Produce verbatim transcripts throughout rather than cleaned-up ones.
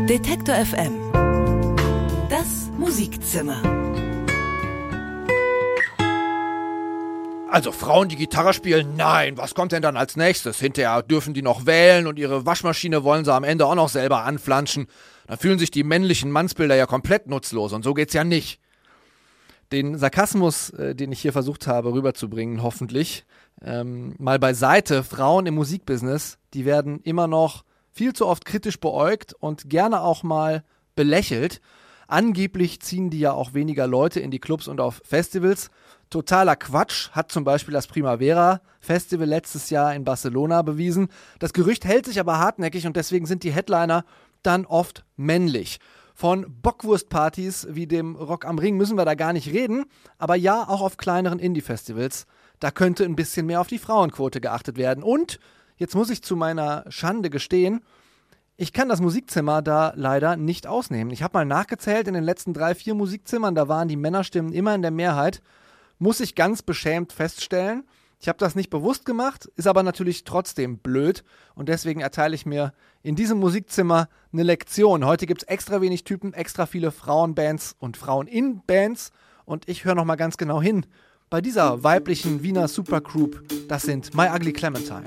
Detektor F M. Das Musikzimmer. Also Frauen, die Gitarre spielen, nein, was kommt denn dann als nächstes? Hinterher dürfen die noch wählen und ihre Waschmaschine wollen sie am Ende auch noch selber anflanschen. Dann fühlen sich die männlichen Mannsbilder ja komplett nutzlos und so geht's ja nicht. Den Sarkasmus, äh, den ich hier versucht habe rüberzubringen, hoffentlich, ähm, mal beiseite. Frauen im Musikbusiness, die werden immer noch viel zu oft kritisch beäugt und gerne auch mal belächelt. Angeblich ziehen die ja auch weniger Leute in die Clubs und auf Festivals. Totaler Quatsch, hat zum Beispiel das Primavera Festival letztes Jahr in Barcelona bewiesen. Das Gerücht hält sich aber hartnäckig und deswegen sind die Headliner dann oft männlich. Von Bockwurstpartys wie dem Rock am Ring müssen wir da gar nicht reden, aber ja, auch auf kleineren Indie-Festivals, da könnte ein bisschen mehr auf die Frauenquote geachtet werden. Und jetzt muss ich zu meiner Schande gestehen, ich kann das Musikzimmer da leider nicht ausnehmen. Ich habe mal nachgezählt, in den letzten drei, vier Musikzimmern, da waren die Männerstimmen immer in der Mehrheit, muss ich ganz beschämt feststellen. Ich habe das nicht bewusst gemacht, ist aber natürlich trotzdem blöd und deswegen erteile ich mir in diesem Musikzimmer eine Lektion. Heute gibt es extra wenig Typen, extra viele Frauenbands und Frauen in Bands und ich höre nochmal ganz genau hin. Bei dieser weiblichen Wiener Supergroup, das sind My Ugly Clementine.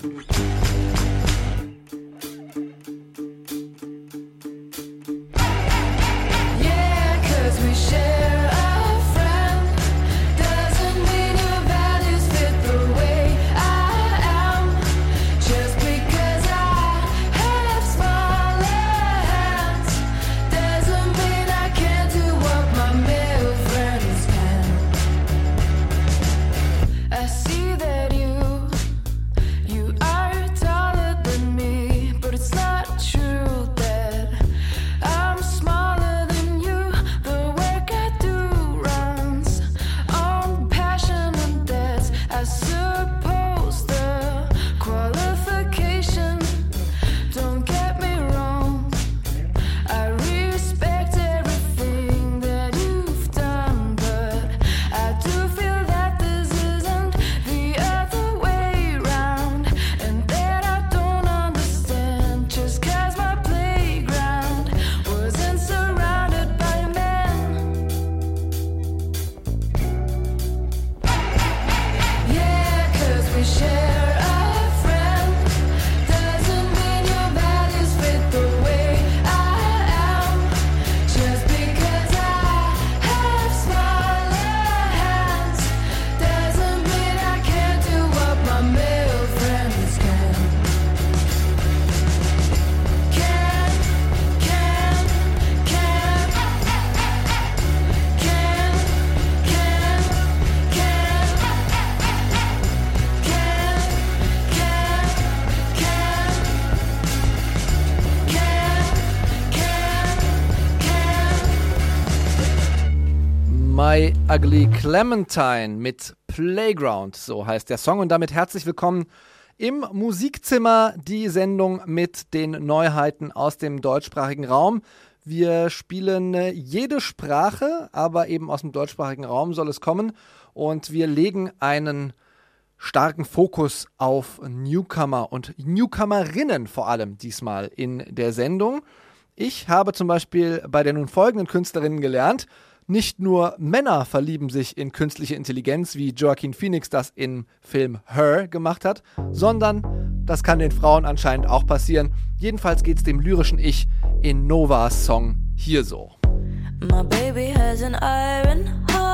My Ugly Clementine mit Playground, so heißt der Song. Und damit herzlich willkommen im Musikzimmer, die Sendung mit den Neuheiten aus dem deutschsprachigen Raum. Wir spielen jede Sprache, aber eben aus dem deutschsprachigen Raum soll es kommen. Und wir legen einen starken Fokus auf Newcomer und Newcomerinnen vor allem diesmal in der Sendung. Ich habe zum Beispiel bei der nun folgenden Künstlerinnen gelernt, nicht nur Männer verlieben sich in künstliche Intelligenz, wie Joaquin Phoenix das im Film Her gemacht hat, sondern das kann den Frauen anscheinend auch passieren. Jedenfalls geht's dem lyrischen Ich in Novas Song hier so. My baby has an iron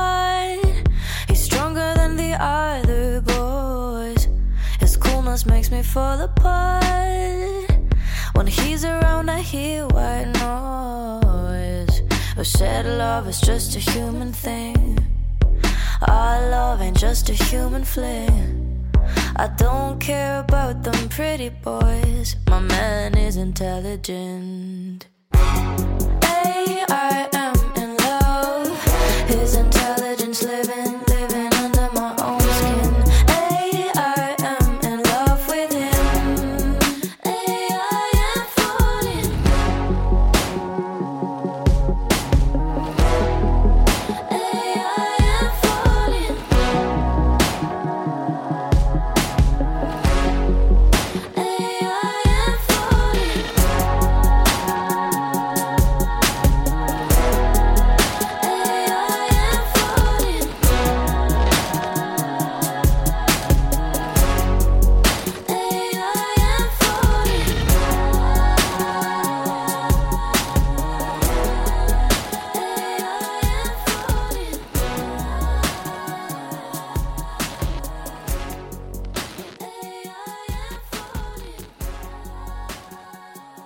heart. He's stronger than the other boys. His coolness makes me fall apart. When he's around I hear white noise. A sad love is just a human thing. Our love ain't just a human fling. I don't care about them pretty boys. My man is intelligent. Hey, I am in love. His intelligence living, living under my own skin. Hey, I am in love with him. Hey, I am falling. Hey, I am falling. Hey, I am falling.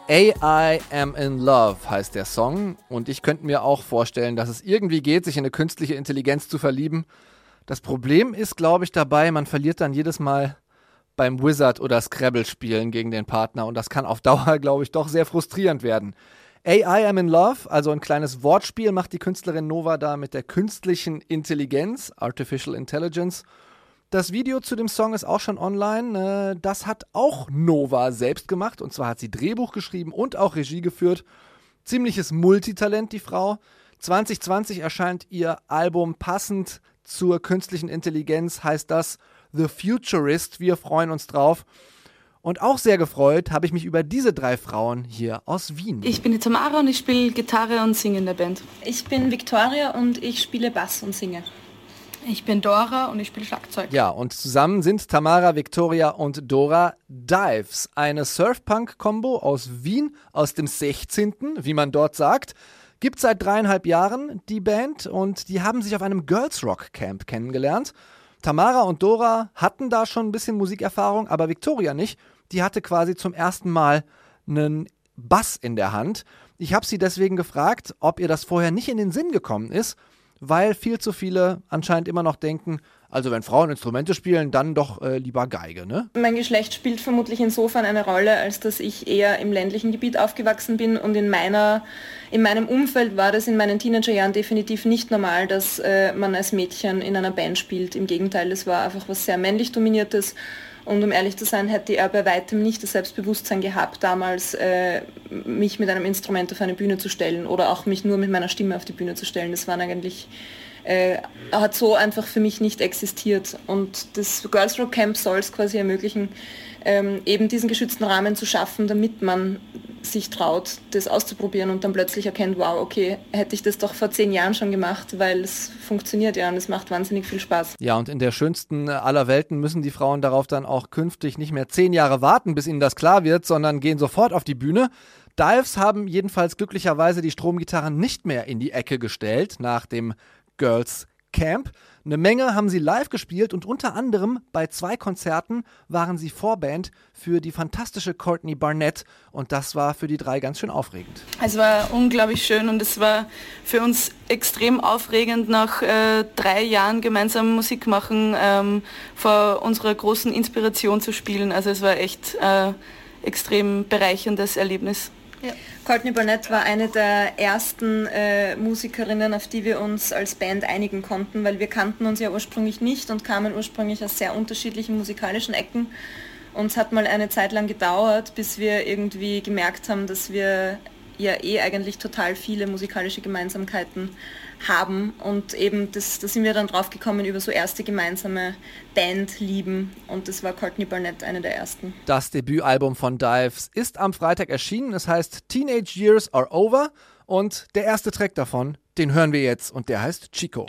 I Am in Love heißt der Song und ich könnte mir auch vorstellen, dass es irgendwie geht, sich in eine künstliche Intelligenz zu verlieben. Das Problem ist, glaube ich, dabei, man verliert dann jedes Mal beim Wizard- oder Scrabble-Spielen gegen den Partner und das kann auf Dauer, glaube ich, doch sehr frustrierend werden. A I Am in Love, also ein kleines Wortspiel, macht die Künstlerin Nova da mit der künstlichen Intelligenz, Artificial Intelligence. Das Video zu dem Song ist auch schon online. Das hat auch Nova selbst gemacht. Und zwar hat sie Drehbuch geschrieben und auch Regie geführt. Ziemliches Multitalent, die Frau. zwanzig zwanzig erscheint ihr Album passend zur künstlichen Intelligenz, heißt das The Futurist. Wir freuen uns drauf. Und auch sehr gefreut habe ich mich über diese drei Frauen hier aus Wien. Ich bin die Tamara und ich spiele Gitarre und singe in der Band. Ich bin Victoria und ich spiele Bass und singe. Ich bin Dora und ich spiele Schlagzeug. Ja, und zusammen sind Tamara, Victoria und Dora Dives. Eine Surf-Punk-Kombo aus Wien aus dem sechzehnten, wie man dort sagt. Gibt seit dreieinhalb Jahren die Band und die haben sich auf einem Girls-Rock-Camp kennengelernt. Tamara und Dora hatten da schon ein bisschen Musikerfahrung, aber Victoria nicht. Die hatte quasi zum ersten Mal einen Bass in der Hand. Ich habe sie deswegen gefragt, ob ihr das vorher nicht in den Sinn gekommen ist, weil viel zu viele anscheinend immer noch denken, also wenn Frauen Instrumente spielen, dann doch äh, lieber Geige, ne? Mein Geschlecht spielt vermutlich insofern eine Rolle, als dass ich eher im ländlichen Gebiet aufgewachsen bin und in meiner, in meinem Umfeld war das in meinen Teenagerjahren definitiv nicht normal, dass äh, man als Mädchen in einer Band spielt. Im Gegenteil, es war einfach was sehr männlich Dominiertes. Und um ehrlich zu sein, hätte er bei weitem nicht das Selbstbewusstsein gehabt, damals äh, mich mit einem Instrument auf eine Bühne zu stellen oder auch mich nur mit meiner Stimme auf die Bühne zu stellen. Das waren eigentlich, äh, hat so einfach für mich nicht existiert. Und das Girls Rock Camp soll es quasi ermöglichen, ähm, eben diesen geschützten Rahmen zu schaffen, damit man sich traut, das auszuprobieren und dann plötzlich erkennt, wow, okay, hätte ich das doch vor zehn Jahren schon gemacht, weil es funktioniert ja und es macht wahnsinnig viel Spaß. Ja, und in der schönsten aller Welten müssen die Frauen darauf dann auch künftig nicht mehr zehn Jahre warten, bis ihnen das klar wird, sondern gehen sofort auf die Bühne. Dives haben jedenfalls glücklicherweise die Stromgitarren nicht mehr in die Ecke gestellt nach dem Girls Camp. Eine Menge haben sie live gespielt und unter anderem bei zwei Konzerten waren sie Vorband für die fantastische Courtney Barnett und das war für die drei ganz schön aufregend. Es war unglaublich schön und es war für uns extrem aufregend, nach äh, drei Jahren gemeinsam Musik machen, ähm, vor unserer großen Inspiration zu spielen. Also es war echt äh, extrem bereicherndes Erlebnis. Ja. Courtney Barnett war eine der ersten äh, Musikerinnen, auf die wir uns als Band einigen konnten, weil wir kannten uns ja ursprünglich nicht und kamen ursprünglich aus sehr unterschiedlichen musikalischen Ecken. Und es hat mal eine Zeit lang gedauert, bis wir irgendwie gemerkt haben, dass wir ja eh eigentlich total viele musikalische Gemeinsamkeiten haben und eben das, da sind wir dann drauf gekommen über so erste gemeinsame Bandlieben und das war Courtney Barnett, eine der ersten. Das Debütalbum von Dives ist am Freitag erschienen, es heißt Teenage Years Are Over und der erste Track davon, den hören wir jetzt und der heißt Chico.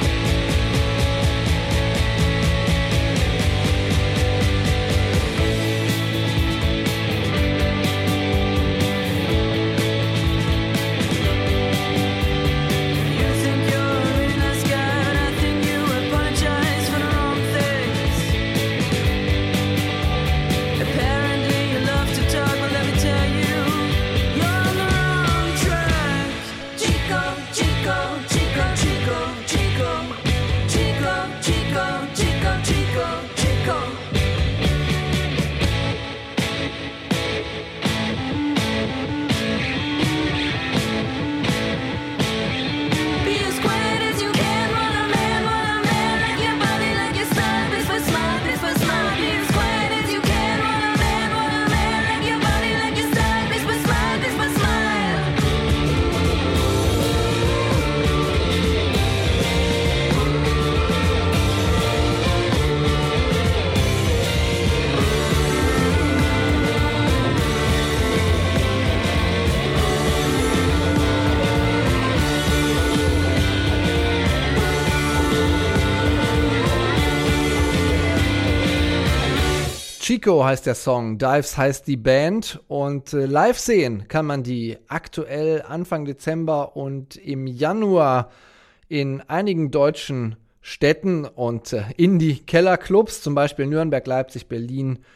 Chico heißt der Song, Dives heißt die Band und äh, live sehen kann man die aktuell Anfang Dezember und im Januar in einigen deutschen Städten und äh, in die Kellerclubs, zum Beispiel Nürnberg, Leipzig, Berlin,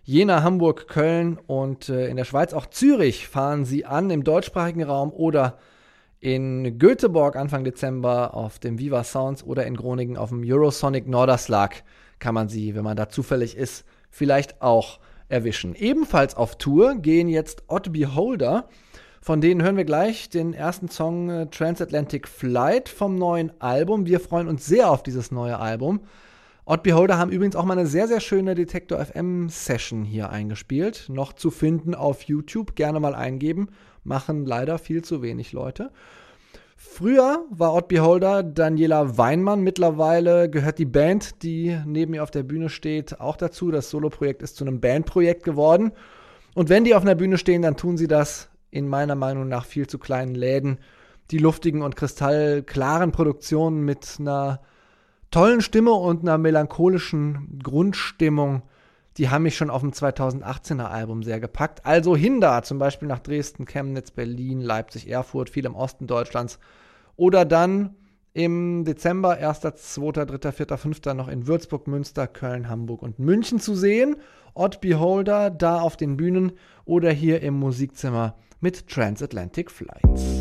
Jena, Hamburg, Köln und äh, in der Schweiz auch Zürich fahren sie an im deutschsprachigen Raum oder in Göteborg Anfang Dezember auf dem Viva Sounds oder in Groningen auf dem Eurosonic Norderslag kann man sie, wenn man da zufällig ist, vielleicht auch erwischen. Ebenfalls auf Tour gehen jetzt Odd Beholder. Von denen hören wir gleich den ersten Song äh, Transatlantic Flight vom neuen Album. Wir freuen uns sehr auf dieses neue Album. Odd Beholder haben übrigens auch mal eine sehr, sehr schöne Detektor F M Session hier eingespielt. Noch zu finden auf YouTube. Gerne mal eingeben. Machen leider viel zu wenig Leute. Früher war Odd Beholder Daniela Weinmann. Mittlerweile gehört die Band, die neben ihr auf der Bühne steht, auch dazu. Das Soloprojekt ist zu einem Bandprojekt geworden. Und wenn die auf einer Bühne stehen, dann tun sie das in meiner Meinung nach viel zu kleinen Läden. Die luftigen und kristallklaren Produktionen mit einer tollen Stimme und einer melancholischen Grundstimmung, die haben mich schon auf dem zweitausendachtzehner Album sehr gepackt. Also hin da, zum Beispiel nach Dresden, Chemnitz, Berlin, Leipzig, Erfurt, viel im Osten Deutschlands. Oder dann im Dezember, erster, zweiter, dritter, vierter, fünfter noch in Würzburg, Münster, Köln, Hamburg und München zu sehen. Odd Beholder da auf den Bühnen oder hier im Musikzimmer mit Transatlantic Flights.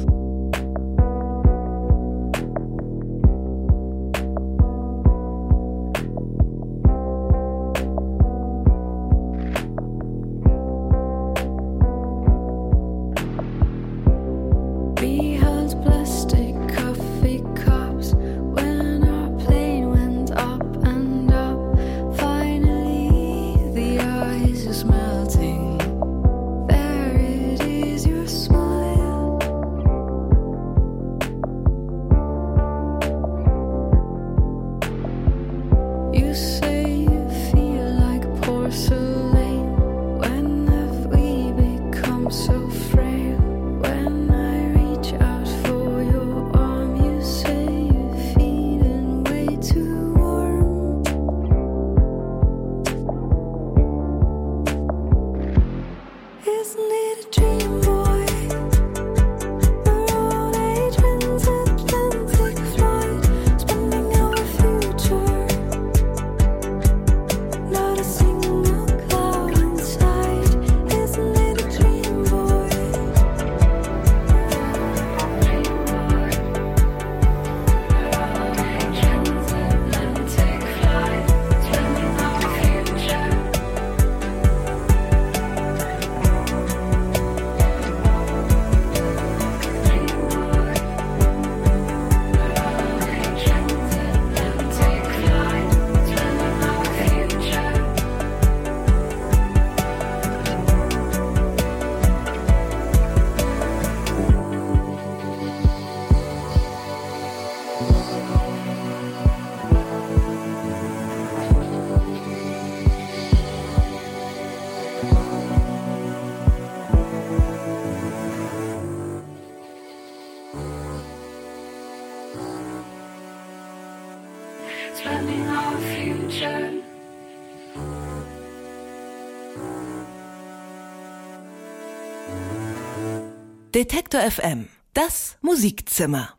Detektor F M, das Musikzimmer.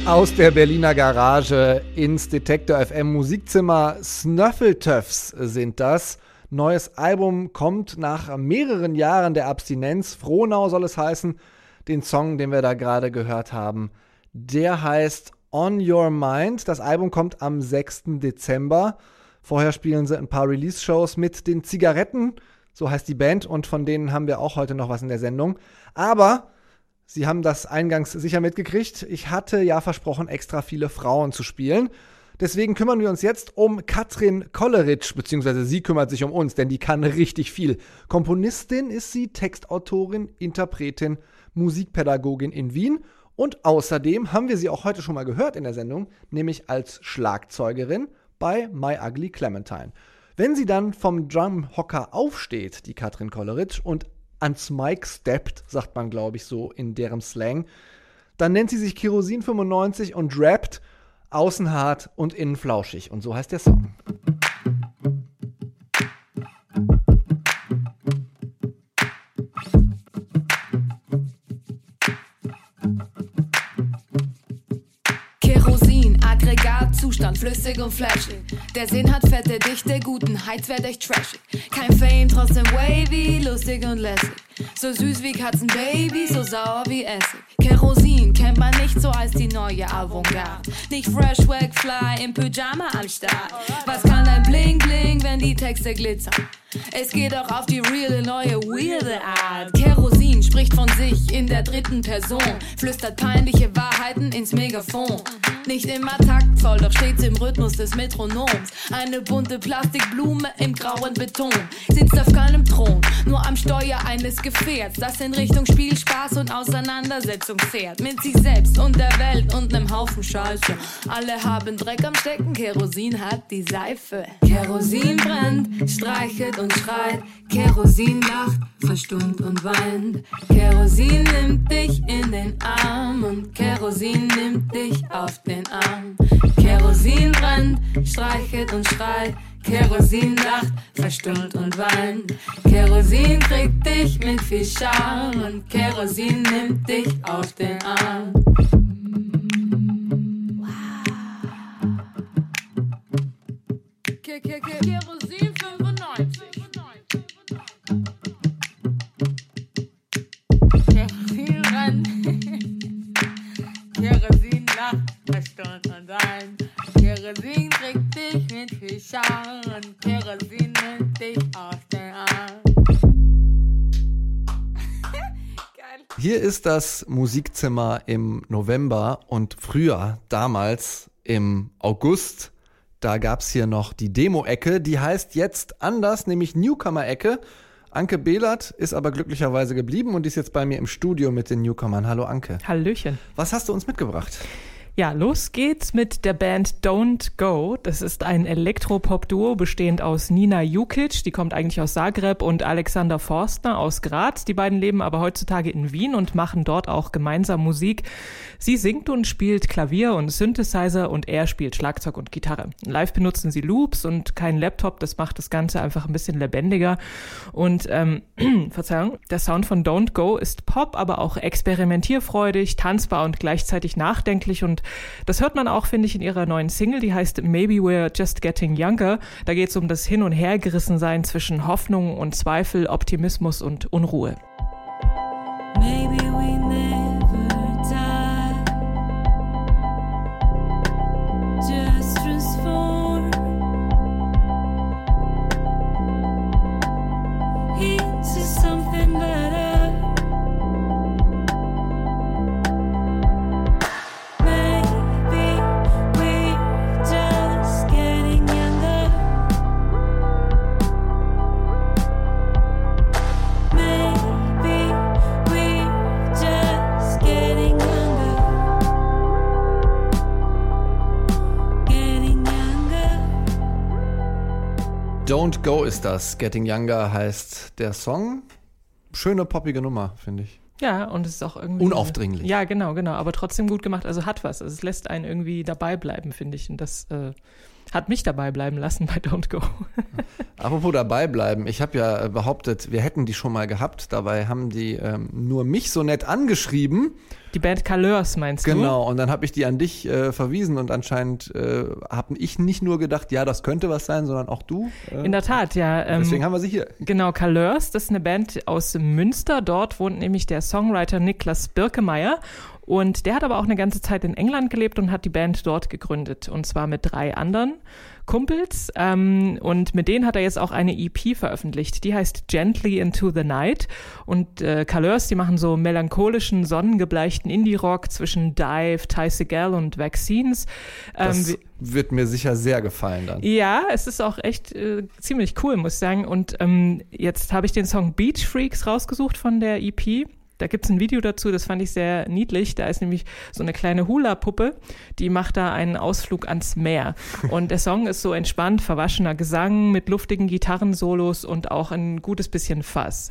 Aus der Berliner Garage ins Detektor F M Musikzimmer. Snuffletoffs sind das. Neues Album kommt nach mehreren Jahren der Abstinenz. Frohnau soll es heißen. Den Song, den wir da gerade gehört haben, der heißt On Your Mind. Das Album kommt am sechsten Dezember. Vorher spielen sie ein paar Release-Shows mit den Zigaretten. So heißt die Band und von denen haben wir auch heute noch was in der Sendung. Aber Sie haben das eingangs sicher mitgekriegt. Ich hatte ja versprochen, extra viele Frauen zu spielen. Deswegen kümmern wir uns jetzt um Katrin Kolleritsch, beziehungsweise sie kümmert sich um uns, denn die kann richtig viel. Komponistin ist sie, Textautorin, Interpretin, Musikpädagogin in Wien. Und außerdem haben wir sie auch heute schon mal gehört in der Sendung, nämlich als Schlagzeugerin bei My Ugly Clementine. Wenn sie dann vom Drumhocker aufsteht, die Katrin Kolleritsch, und ans Mic steppt, sagt man, glaube ich, so in deren Slang, dann nennt sie sich Kerosin fünfundneunzig und rappt außen hart und innen flauschig. Und so heißt der Song. Kerosin, Aggregatzustand, flüssig und flashig. Der Sinn hat fette Dichte, guten Heiz werd echt trashig. Kein Fame, trotzdem wavy, lustig und lässig. So süß wie Katzenbaby, so sauer wie Essig. Kerosin kennt man nicht so als die neue Avantgarde. Nicht fresh, wack, fly, im Pyjama am Start. Was kann ein Bling Bling, wenn die Texte glitzern? Es geht auch auf die reale, neue, weirde Art. Kerosin spricht von sich in der dritten Person, flüstert peinliche Wahrheiten ins Megafon. Nicht immer taktvoll, doch stets im Rhythmus des Metronoms. Eine bunte Plastikblume im grauen Beton. Sitzt auf keinem Thron, nur am Steuer eines Gefährts, das in Richtung Spiel, Spaß und Auseinandersetzung fährt. Mit sich selbst und der Welt und nem Haufen Scheiße. Alle haben Dreck am Stecken, Kerosin hat die Seife. Kerosin brennt, streichelt und schreit. Kerosin lacht, verstummt und weint. Kerosin nimmt dich in den Arm und Kerosin nimmt dich auf den Arm. Kerosin brennt, streichelt und schreit. Kerosin lacht, verstummt und weint. Kerosin kriegt dich mit viel Charme und Kerosin nimmt dich auf den Arm. Kerosin fünfundneunzig. Kerosin brennt. Kerosin lacht, verstummt und weint. Kerosin kriegt dich mit viel Charme und Kerosin nimmt dich auf den Arm. Geil. Hier ist das Musikzimmer im November und früher, damals im August, da gab es hier noch die Demo-Ecke, die heißt jetzt anders, nämlich Newcomer-Ecke. Anke Behlert ist aber glücklicherweise geblieben und ist jetzt bei mir im Studio mit den Newcomern. Hallo Anke. Hallöchen. Was hast du uns mitgebracht? Ja, los geht's mit der Band Don't Go. Das ist ein Elektropop-Duo bestehend aus Nina Jukic, die kommt eigentlich aus Zagreb, und Alexander Forstner aus Graz. Die beiden leben aber heutzutage in Wien und machen dort auch gemeinsam Musik. Sie singt und spielt Klavier und Synthesizer und er spielt Schlagzeug und Gitarre. Live benutzen sie Loops und keinen Laptop, das macht das Ganze einfach ein bisschen lebendiger. Und, ähm, Verzeihung, der Sound von Don't Go ist Pop, aber auch experimentierfreudig, tanzbar und gleichzeitig nachdenklich, und das hört man auch, finde ich, in ihrer neuen Single, die heißt Maybe We're Just Getting Younger. Da geht es um das Hin- und Hergerissensein zwischen Hoffnung und Zweifel, Optimismus und Unruhe. Maybe we never die. Just transform into something better. Don't Go ist das. Getting Younger heißt der Song. Schöne, poppige Nummer, finde ich. Ja, und es ist auch irgendwie... Unaufdringlich. Ja, genau, genau, aber trotzdem gut gemacht. Also hat was. Also es lässt einen irgendwie dabei bleiben, finde ich. Und das äh, hat mich dabei bleiben lassen bei Don't Go. Apropos dabei bleiben, ich habe ja behauptet, wir hätten die schon mal gehabt, dabei haben die ähm, nur mich so nett angeschrieben. Die Band Colors meinst du? Genau, und dann habe ich die an dich äh, verwiesen und anscheinend äh, habe ich nicht nur gedacht, ja, das könnte was sein, sondern auch du. Äh, In der Tat, ja. Ähm, deswegen haben wir sie hier. Genau, Colors, das ist eine Band aus Münster. Dort wohnt nämlich der Songwriter Niklas Birkemeyer. Und der hat aber auch eine ganze Zeit in England gelebt und hat die Band dort gegründet. Und zwar mit drei anderen Kumpels. Ähm, und mit denen hat er jetzt auch eine E P veröffentlicht. Die heißt Gently Into the Night. Und äh, Colors, die machen so melancholischen, sonnengebleichten Indie-Rock zwischen Dive, Ty Segall und Vaccines. Ähm, das wird mir sicher sehr gefallen dann. Ja, es ist auch echt äh, ziemlich cool, muss ich sagen. Und ähm, jetzt habe ich den Song Beach Freaks rausgesucht von der E P. Da gibt's ein Video dazu, das fand ich sehr niedlich. Da ist nämlich so eine kleine Hula-Puppe, die macht da einen Ausflug ans Meer. Und der Song ist so entspannt, verwaschener Gesang mit luftigen Gitarrensolos und auch ein gutes bisschen Fuzz.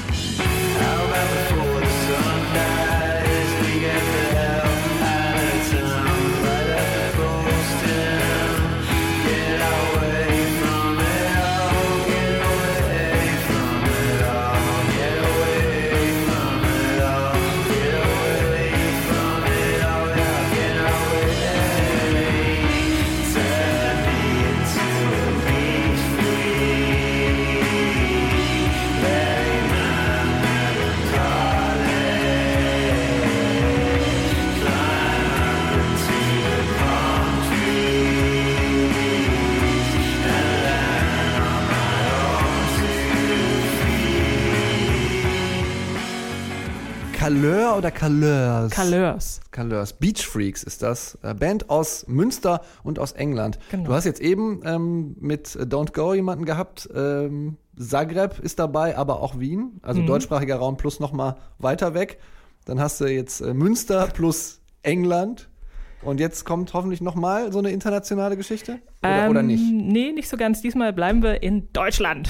Color oder Colors? Colors. Colors. Beach Freaks ist das. Äh, Band aus Münster und aus England. Genau. Du hast jetzt eben ähm, mit Don't Go jemanden gehabt. Ähm, Zagreb ist dabei, aber auch Wien. Also mhm. deutschsprachiger Raum plus nochmal weiter weg. Dann hast du jetzt äh, Münster plus England. Und jetzt kommt hoffentlich nochmal so eine internationale Geschichte? Oder, ähm, oder nicht? Nee, nicht so ganz. Diesmal bleiben wir in Deutschland.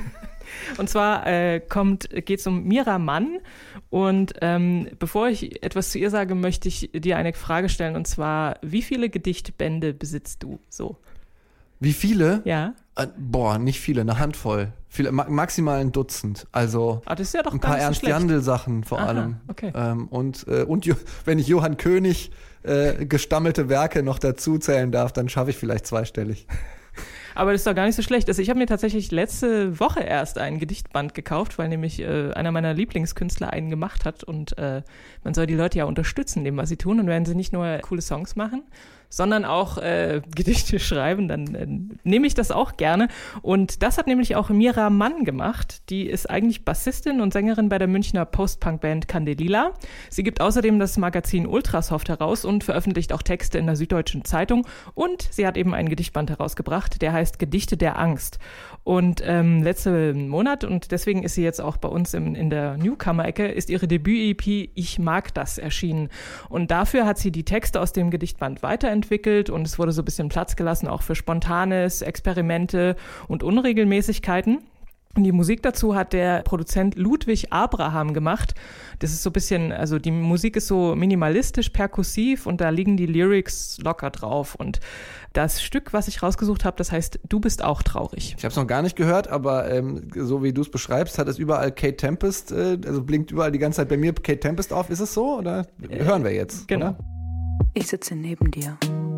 Und zwar äh, kommt, geht's um Mira Mann. Und ähm, bevor ich etwas zu ihr sage, möchte ich dir eine Frage stellen. Und zwar, wie viele Gedichtbände besitzt du so? Wie viele? Ja. Äh, boah, nicht viele, eine Handvoll. Viele, ma- maximal ein Dutzend. Also Ah, das ist ja doch ein gar paar nicht so Ernst schlecht. Jandl-Sachen vor Aha, allem. okay. Ähm, und äh, und jo- wenn ich Johann König äh, gestammelte Werke noch dazu zählen darf, dann schaffe ich vielleicht zweistellig. Aber das ist doch gar nicht so schlecht. Also ich habe mir tatsächlich letzte Woche erst einen Gedichtband gekauft, weil nämlich äh, einer meiner Lieblingskünstler einen gemacht hat. Und äh, man soll die Leute ja unterstützen, in dem, was sie tun. Und wenn sie nicht nur coole Songs machen, sondern auch äh, Gedichte schreiben, dann äh, nehme ich das auch gerne. Und das hat nämlich auch Mira Mann gemacht. Die ist eigentlich Bassistin und Sängerin bei der Münchner Post-Punk-Band Candelila. Sie gibt außerdem das Magazin Ultrasoft heraus und veröffentlicht auch Texte in der Süddeutschen Zeitung. Und sie hat eben einen Gedichtband herausgebracht, der heißt Gedichte der Angst. Und ähm, letzten Monat, und deswegen ist sie jetzt auch bei uns im, in der Newcomer-Ecke, ist ihre Debüt-E P Ich mag das erschienen. Und dafür hat sie die Texte aus dem Gedichtband weiterentwickelt und es wurde so ein bisschen Platz gelassen, auch für Spontanes, Experimente und Unregelmäßigkeiten. Und die Musik dazu hat der Produzent Ludwig Abraham gemacht. Das ist so ein bisschen, also die Musik ist so minimalistisch, perkussiv und da liegen die Lyrics locker drauf. Und das Stück, was ich rausgesucht habe, das heißt Du bist auch traurig. Ich habe es noch gar nicht gehört, aber ähm, so wie du es beschreibst, hat es überall Kate Tempest, äh, also blinkt überall die ganze Zeit bei mir Kate Tempest auf. Ist es so oder äh, hören wir jetzt? Genau. Oder? Ich sitze neben dir.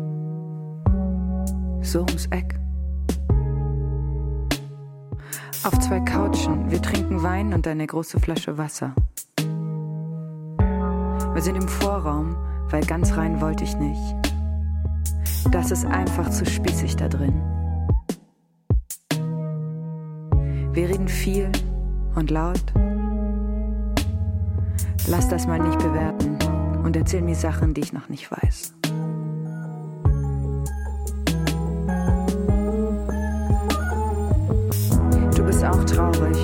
So ums Eck. Auf zwei Couchen, wir trinken Wein und eine große Flasche Wasser. Wir sind im Vorraum, weil ganz rein wollte ich nicht. Das ist einfach zu spießig da drin. Wir reden viel und laut. Lass das mal nicht bewerten und erzähl mir Sachen, die ich noch nicht weiß. Du bist auch traurig.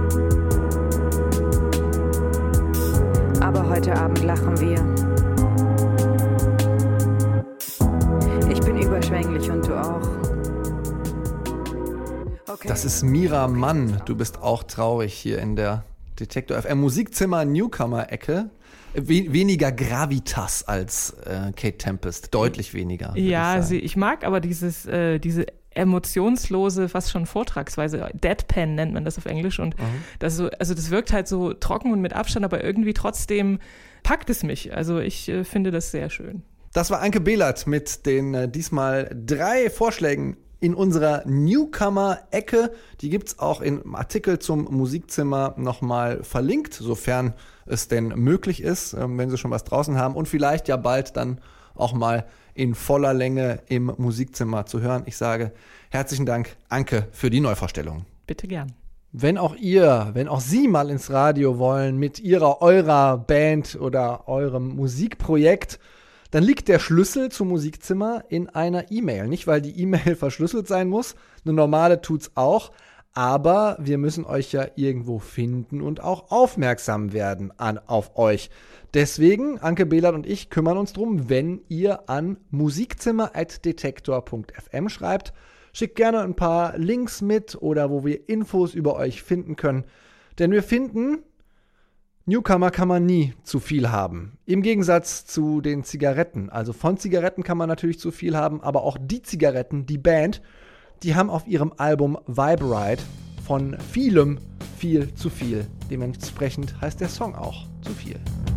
Aber heute Abend lachen wir. Ich bin überschwänglich und du auch. Okay. Das ist Mira Mann. Du bist auch traurig hier in der Detektor F M Musikzimmer Newcomer-Ecke. We- weniger Gravitas als äh, Kate Tempest, deutlich weniger. Ja, ich, sie, ich mag aber dieses, äh, diese emotionslose, fast schon Vortragsweise, Deadpan nennt man das auf Englisch und mhm. das so, also das wirkt halt so trocken und mit Abstand, aber irgendwie trotzdem packt es mich. Also ich äh, finde das sehr schön. Das war Anke Behlert mit den äh, diesmal drei Vorschlägen in unserer Newcomer-Ecke. Die gibt's auch im Artikel zum Musikzimmer nochmal verlinkt, sofern es denn möglich ist, ähm, wenn Sie schon was draußen haben und vielleicht ja bald dann auch mal in voller Länge im Musikzimmer zu hören. Ich sage herzlichen Dank, Anke, für die Neuvorstellung. Bitte gern. Wenn auch ihr, wenn auch Sie mal ins Radio wollen mit Ihrer, eurer Band oder eurem Musikprojekt, dann liegt der Schlüssel zum Musikzimmer in einer E-Mail. Nicht, weil die E-Mail verschlüsselt sein muss, eine normale tut's auch, aber wir müssen euch ja irgendwo finden und auch aufmerksam werden an, auf euch. Deswegen, Anke Behlert und ich kümmern uns drum, wenn ihr an musikzimmer at detektor punkt f m schreibt. Schickt gerne ein paar Links mit oder wo wir Infos über euch finden können. Denn wir finden, Newcomer kann man nie zu viel haben. Im Gegensatz zu den Zigaretten. Also von Zigaretten kann man natürlich zu viel haben, aber auch die Zigaretten, die Band, die haben auf ihrem Album Vibe Ride von vielem viel zu viel. Dementsprechend heißt der Song auch zu viel.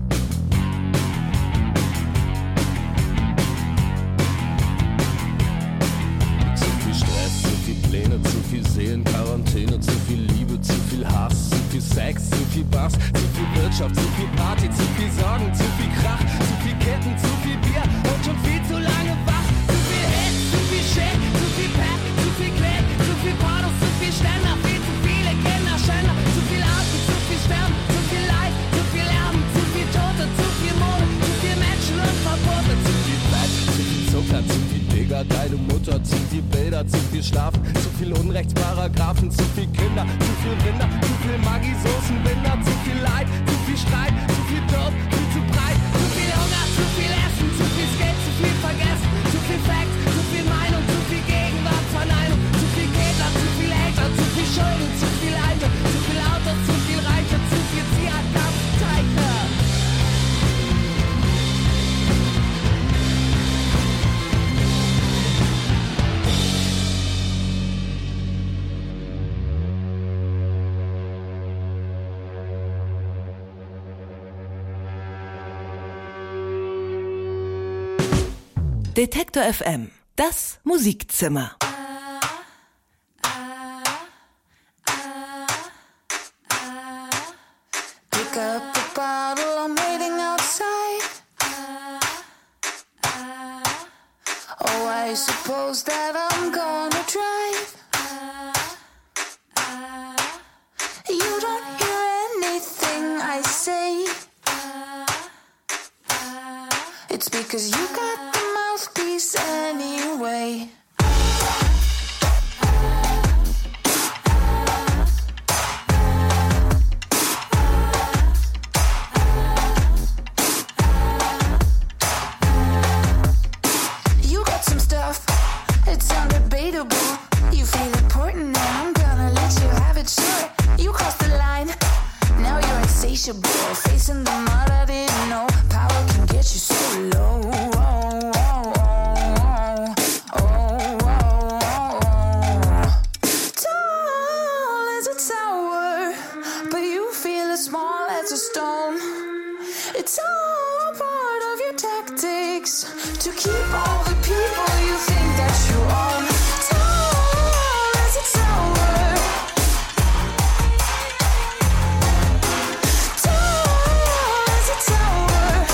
Zu viel Stress, zu viel Pläne, zu viel Seelenquarantäne, zu viel Liebe, zu viel Hass, zu viel Sex, zu viel Bass, zu viel Wirtschaft, zu viel Party, zu viel Sorgen, zu viel Krach, zu viel Ketten, zu viel Bier und schon viel zu lange wach. Zu viel Hit, zu viel Shit, zu viel Pack, zu viel Klick, zu viel Pornos, zu viel Ständer, viel zu viele Kinderschänder, zu viel Arten, zu viel Sterben, zu viel Leid, zu viel Lärm, zu viel Tote, zu viel Mode, zu viel Menschen und Verbote, zu viel Fett, zu viel Zucker, zu viel Digger, deine Mutter, zu viel Bilder, zu viel Schlafen, zu viel Unrechtsparagraphen, zu viel Kinder, zu viel Rinder, zu viel Maggi-Soßenbinder, zu viel Leid, zu viel Streit, zu viel Dorf, viel zu breit, zu viel Hunger, zu viel Essen, zu viel Skate, zu viel Vergessen, zu viel Fact, zu viel Meinung, zu viel Gegenwart, Verneinung, zu viel Gegner, zu viel Hater, zu viel Schulden, zu viel Alte, zu viel Autos, zu viel Reiche, zu viel Zierkampfteiche. Detektor F M, das Musikzimmer. Pick up the bottle, I'm waiting outside. Oh, I suppose that I'm gonna drive. You don't hear anything I say. It's because you got the mouthpiece anyway. You got some stuff, it's undebatable. You feel important and I'm gonna let you have it, sure. You crossed the line, now you're insatiable. Facing the mud I didn't know, power can get you so low. It's all part of your tactics to keep all the people you think that you own. Tall as a tower, tall as a tower.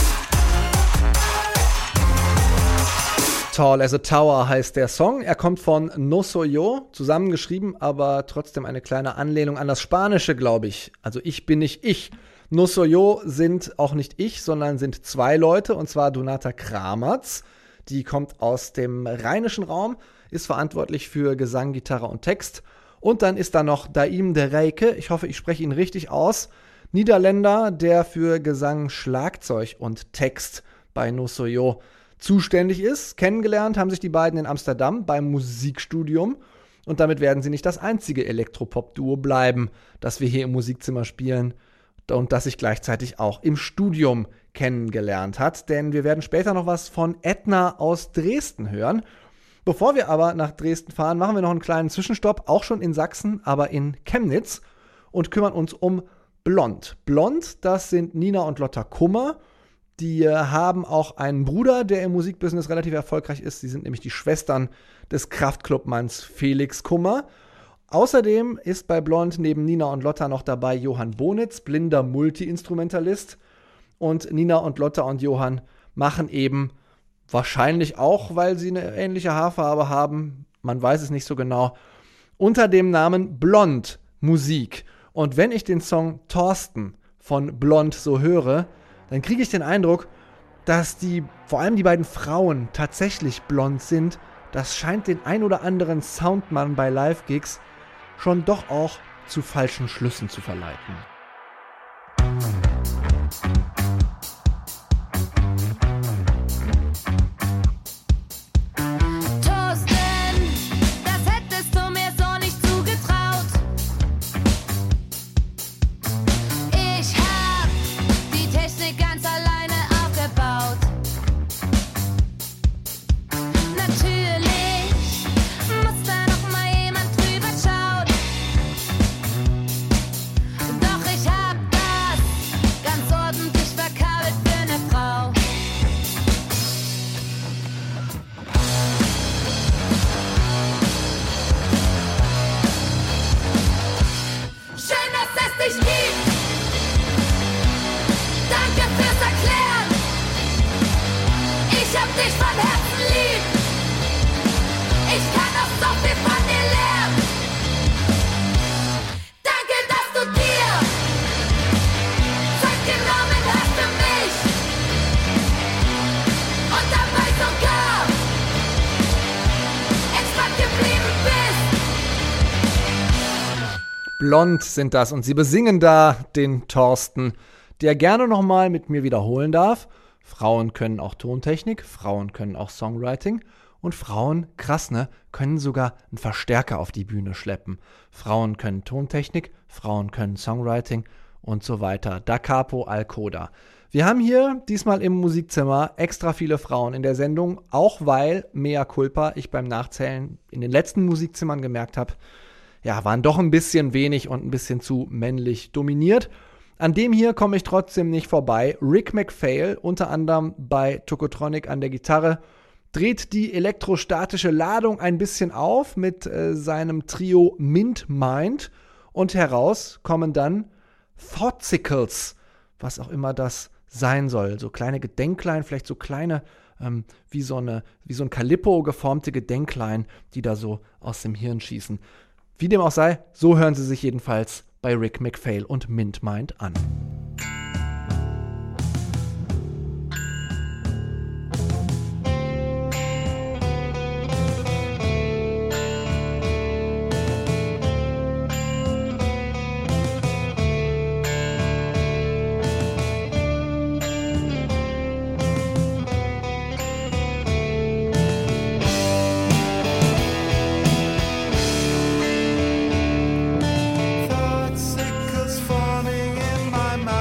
Tall as a Tower heißt der Song. Er kommt von No Soy Yo, zusammengeschrieben, aber trotzdem eine kleine Anlehnung an das Spanische, glaube ich. Also ich bin nicht ich. No Soy Yo sind auch nicht ich, sondern sind zwei Leute, und zwar Donata Kramertz. Die kommt aus dem rheinischen Raum, ist verantwortlich für Gesang, Gitarre und Text. Und dann ist da noch Daim de Rijke, ich hoffe, ich spreche ihn richtig aus, Niederländer, der für Gesang, Schlagzeug und Text bei No Soy Yo zuständig ist. Kennengelernt haben sich die beiden in Amsterdam beim Musikstudium. Und damit werden sie nicht das einzige Elektropop-Duo bleiben, das wir hier im Musikzimmer spielen und das sich gleichzeitig auch im Studium kennengelernt hat. Denn wir werden später noch was von Edna aus Dresden hören. Bevor wir aber nach Dresden fahren, machen wir noch einen kleinen Zwischenstopp, auch schon in Sachsen, aber in Chemnitz, und kümmern uns um Blond. Blond, das sind Nina und Lotta Kummer. Die äh, haben auch einen Bruder, der im Musikbusiness relativ erfolgreich ist. Sie sind nämlich die Schwestern des Kraftklubmanns Felix Kummer. Außerdem ist bei Blond neben Nina und Lotta noch dabei Johann Bonitz, blinder Multi-Instrumentalist. Und Nina und Lotta und Johann machen eben wahrscheinlich auch, weil sie eine ähnliche Haarfarbe haben, man weiß es nicht so genau, unter dem Namen Blond Musik. Und wenn ich den Song Thorsten von Blond so höre, dann kriege ich den Eindruck, dass die, vor allem die beiden Frauen, tatsächlich blond sind. Das scheint den ein oder anderen Soundmann bei Live-Gigs schon doch auch zu falschen Schlüssen zu verleiten. Blond sind das und sie besingen da den Thorsten, der gerne nochmal mit mir wiederholen darf. Frauen können auch Tontechnik, Frauen können auch Songwriting und Frauen, krass ne, können sogar einen Verstärker auf die Bühne schleppen. Frauen können Tontechnik, Frauen können Songwriting und so weiter. Da capo al coda. Wir haben hier diesmal im Musikzimmer extra viele Frauen in der Sendung, auch weil, mea culpa, ich beim Nachzählen in den letzten Musikzimmern gemerkt habe, ja, waren doch ein bisschen wenig und ein bisschen zu männlich dominiert. An dem hier komme ich trotzdem nicht vorbei. Rick MacPhail, unter anderem bei Tokotronic an der Gitarre, dreht die elektrostatische Ladung ein bisschen auf mit äh, seinem Trio Mint Mind und heraus kommen dann Thoughtsicles, was auch immer das sein soll. So kleine Gedenklein, vielleicht so kleine, ähm, wie so eine, wie so ein Calippo geformte Gedenklein, die da so aus dem Hirn schießen. Wie dem auch sei, so hören sie sich jedenfalls bei Rick MacPhail und Mint Mind an. Forming in my mind.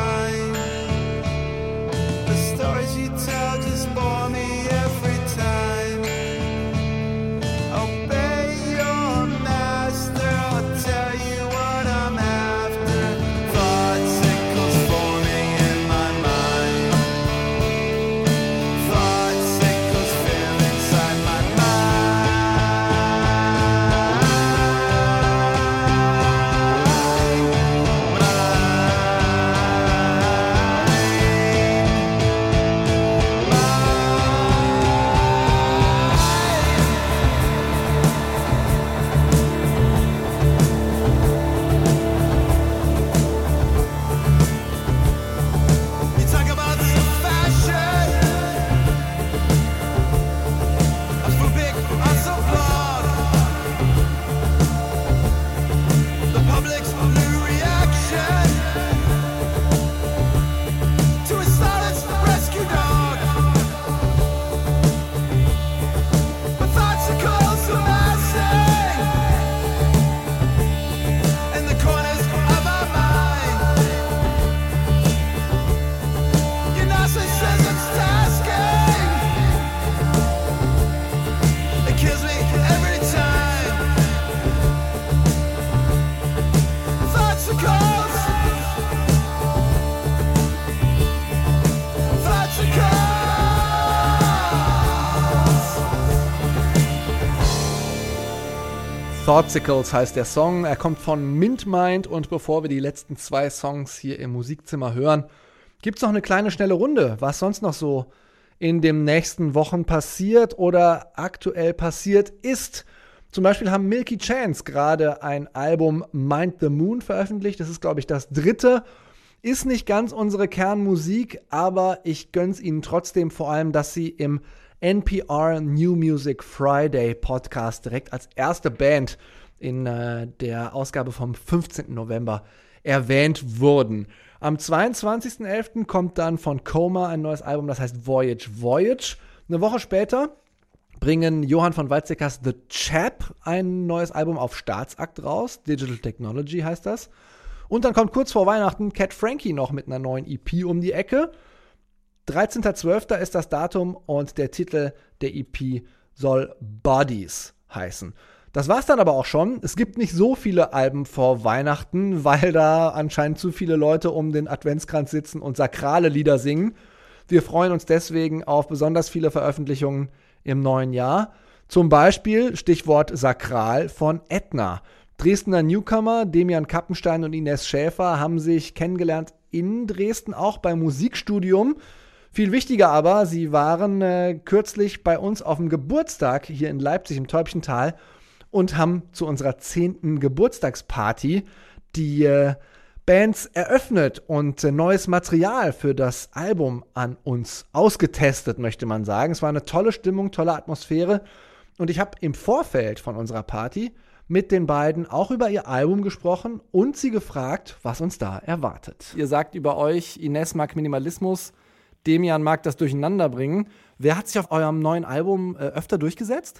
Thoughtsicles heißt der Song. Er kommt von Mint Mind und bevor wir die letzten zwei Songs hier im Musikzimmer hören, gibt's noch eine kleine schnelle Runde, was sonst noch so in den nächsten Wochen passiert oder aktuell passiert ist. Zum Beispiel haben Milky Chance gerade ein Album Mind the Moon veröffentlicht. Das ist, glaube ich, das dritte. Ist nicht ganz unsere Kernmusik, aber ich gönn's ihnen trotzdem, vor allem, dass sie im N P R New Music Friday Podcast direkt als erste Band in äh, der Ausgabe vom fünfzehnten November erwähnt wurden. Am zweiundzwanzigsten elften kommt dann von Coma ein neues Album, das heißt Voyage Voyage. Eine Woche später bringen Johann von Weizsäckers The Chap ein neues Album auf Staatsakt raus. Digital Technology heißt das. Und dann kommt kurz vor Weihnachten Cat Frankie noch mit einer neuen E P um die Ecke. dreizehnter zwölfter ist das Datum und der Titel der E P soll Bodies heißen. Das war's dann aber auch schon. Es gibt nicht so viele Alben vor Weihnachten, weil da anscheinend zu viele Leute um den Adventskranz sitzen und sakrale Lieder singen. Wir freuen uns deswegen auf besonders viele Veröffentlichungen im neuen Jahr. Zum Beispiel, Stichwort Sakral, von Ätna. Dresdner Newcomer Demian Kappenstein und Ines Schäfer haben sich kennengelernt in Dresden, auch beim Musikstudium. Viel wichtiger aber, sie waren äh, kürzlich bei uns auf dem Geburtstag hier in Leipzig im Täubchental und haben zu unserer zehnten Geburtstagsparty die äh, Bands eröffnet und äh, neues Material für das Album an uns ausgetestet, möchte man sagen. Es war eine tolle Stimmung, tolle Atmosphäre und ich habe im Vorfeld von unserer Party mit den beiden auch über ihr Album gesprochen und sie gefragt, was uns da erwartet. Ihr sagt über euch, Ines mag Minimalismus, Demian mag das Durcheinanderbringen. Wer hat sich auf eurem neuen Album äh, öfter durchgesetzt?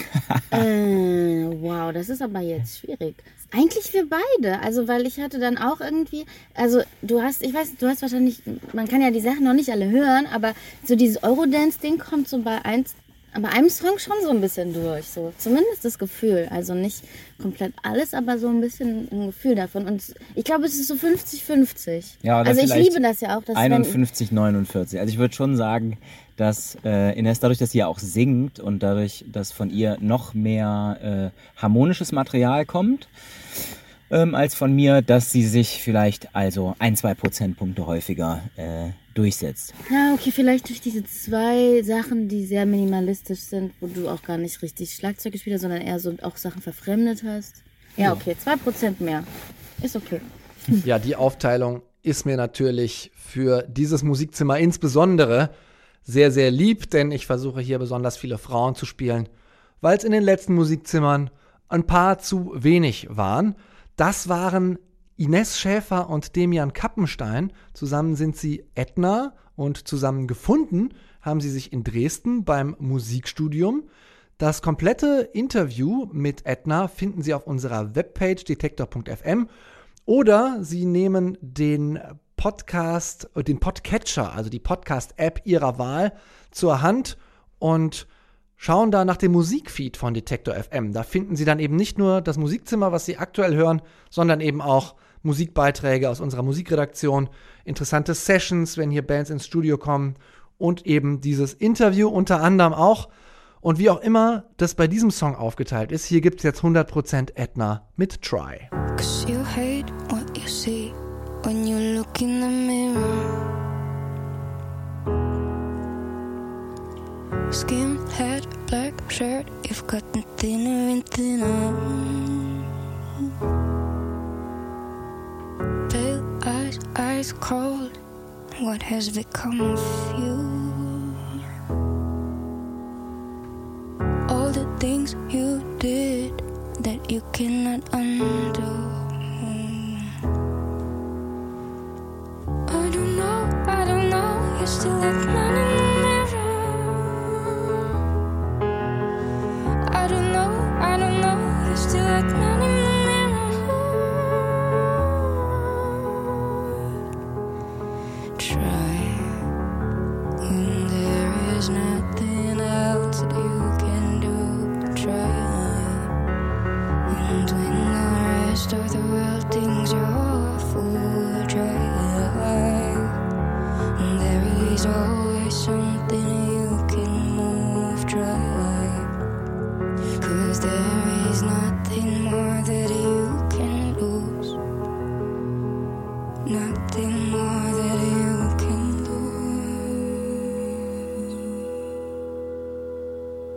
äh, wow, das ist aber jetzt schwierig. Eigentlich wir beide, also weil ich hatte dann auch irgendwie, also du hast, ich weiß, du hast wahrscheinlich, man kann ja die Sachen noch nicht alle hören, aber so dieses Eurodance-Ding kommt so bei eins, bei einem Song schon so ein bisschen durch, so zumindest das Gefühl, also nicht komplett alles, aber so ein bisschen ein Gefühl davon und ich glaube, es ist so fünfzig fünfzig. Ja, also ich liebe das ja auch. Dass einundfünfzig neunundvierzig. Also ich würde schon sagen, dass äh, Ines dadurch, dass sie ja auch singt und dadurch, dass von ihr noch mehr äh, harmonisches Material kommt, ähm, als von mir, dass sie sich vielleicht also ein, zwei Prozentpunkte häufiger äh, durchsetzt. Ja, okay, vielleicht durch diese zwei Sachen, die sehr minimalistisch sind, wo du auch gar nicht richtig Schlagzeug gespielt hast, sondern eher so auch Sachen verfremdet hast. Ja, okay, zwei Prozent mehr. Ist okay. Ja, die Aufteilung ist mir natürlich für dieses Musikzimmer insbesondere sehr, sehr lieb, denn ich versuche hier besonders viele Frauen zu spielen, weil es in den letzten Musikzimmern ein paar zu wenig waren. Das waren Ines Schäfer und Demian Kappenstein. Zusammen sind sie Ätna und zusammen gefunden haben sie sich in Dresden beim Musikstudium. Das komplette Interview mit Ätna finden Sie auf unserer Webpage detektor punkt f m oder Sie nehmen den Podcast, den Podcatcher, also die Podcast-App Ihrer Wahl zur Hand und schauen da nach dem Musikfeed von Detektor F M. Da finden Sie dann eben nicht nur das Musikzimmer, was Sie aktuell hören, sondern eben auch Musikbeiträge aus unserer Musikredaktion, interessante Sessions, wenn hier Bands ins Studio kommen und eben dieses Interview unter anderem auch. Und wie auch immer das bei diesem Song aufgeteilt ist, hier gibt es jetzt hundert Prozent Ätna mit Try. 'Cause you hate what you see when you look in the mirror. Skinhead, black shirt, you've gotten thinner and thinner. Pale eyes, eyes cold, what has become of you? All the things you did that you cannot undo. I don't know, I don't know, you still like man in the I don't know, I don't know, you're still like man in the mirror. Try when there is nothing else you can do. Try and when the rest of the world thinks you're a fool. Try and there is always something you can move. Try. 'Cause there is nothing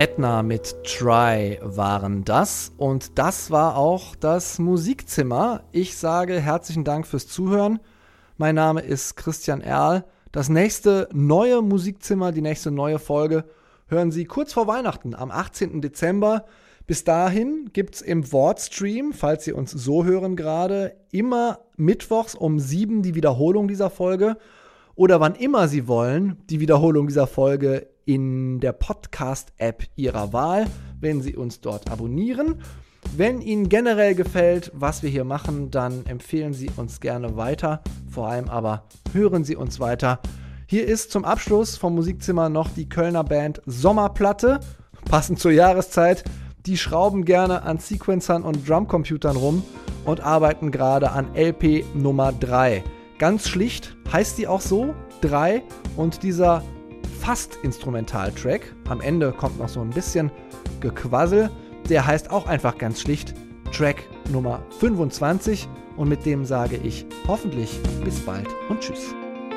Edna mit Try waren das. Und das war auch das Musikzimmer. Ich sage herzlichen Dank fürs Zuhören. Mein Name ist Christian Erl. Das nächste neue Musikzimmer, die nächste neue Folge, hören Sie kurz vor Weihnachten, am achtzehnten Dezember. Bis dahin gibt es im Wortstream, falls Sie uns so hören gerade, immer mittwochs um sieben die Wiederholung dieser Folge. Oder wann immer Sie wollen, die Wiederholung dieser Folge in der Podcast-App Ihrer Wahl, wenn Sie uns dort abonnieren. Wenn Ihnen generell gefällt, was wir hier machen, dann empfehlen Sie uns gerne weiter. Vor allem aber hören Sie uns weiter. Hier ist zum Abschluss vom Musikzimmer noch die Kölner Band Sommerplatte, passend zur Jahreszeit. Die schrauben gerne an Sequencern und Drumcomputern rum und arbeiten gerade an L P Nummer drei. Ganz schlicht heißt die auch so, drei, und dieser fast Instrumentaltrack, am Ende kommt noch so ein bisschen Gequassel, der heißt auch einfach ganz schlicht Track Nummer fünfundzwanzig, und mit dem sage ich hoffentlich bis bald und tschüss.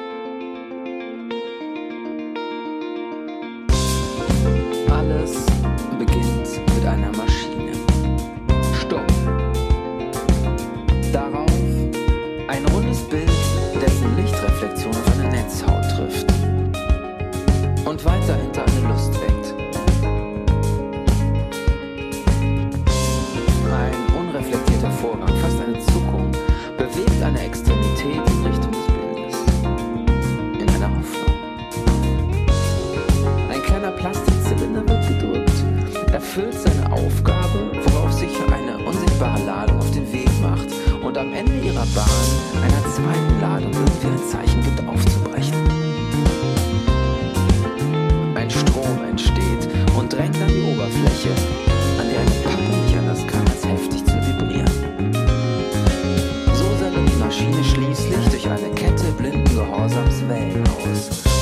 Alles beginnt mit einer Maschine. Stopp. Darauf ein rundes Bild, dessen Lichtreflexion auf eine Netzhaut trifft und weiter hinter eine Lust weckt. Ein unreflektierter Vorgang, fast eine Zuckung, bewegt eine Extremität in Richtung des Bildes. In einer Hoffnung. Ein kleiner Plastikzylinder wird gedrückt, erfüllt seine Aufgabe, worauf sich eine unsichtbare Ladung auf den Weg macht und am Ende ihrer Bahn einer zweiten Ladung irgendwie ein Zeichen gibt, aufzubrechen. Ein Strom entsteht und drängt an die Oberfläche, an der eine Pappe nicht anders kann, als heftig zu vibrieren. So sendet die Maschine schließlich durch eine Kette blinden Gehorsams Wellen aus.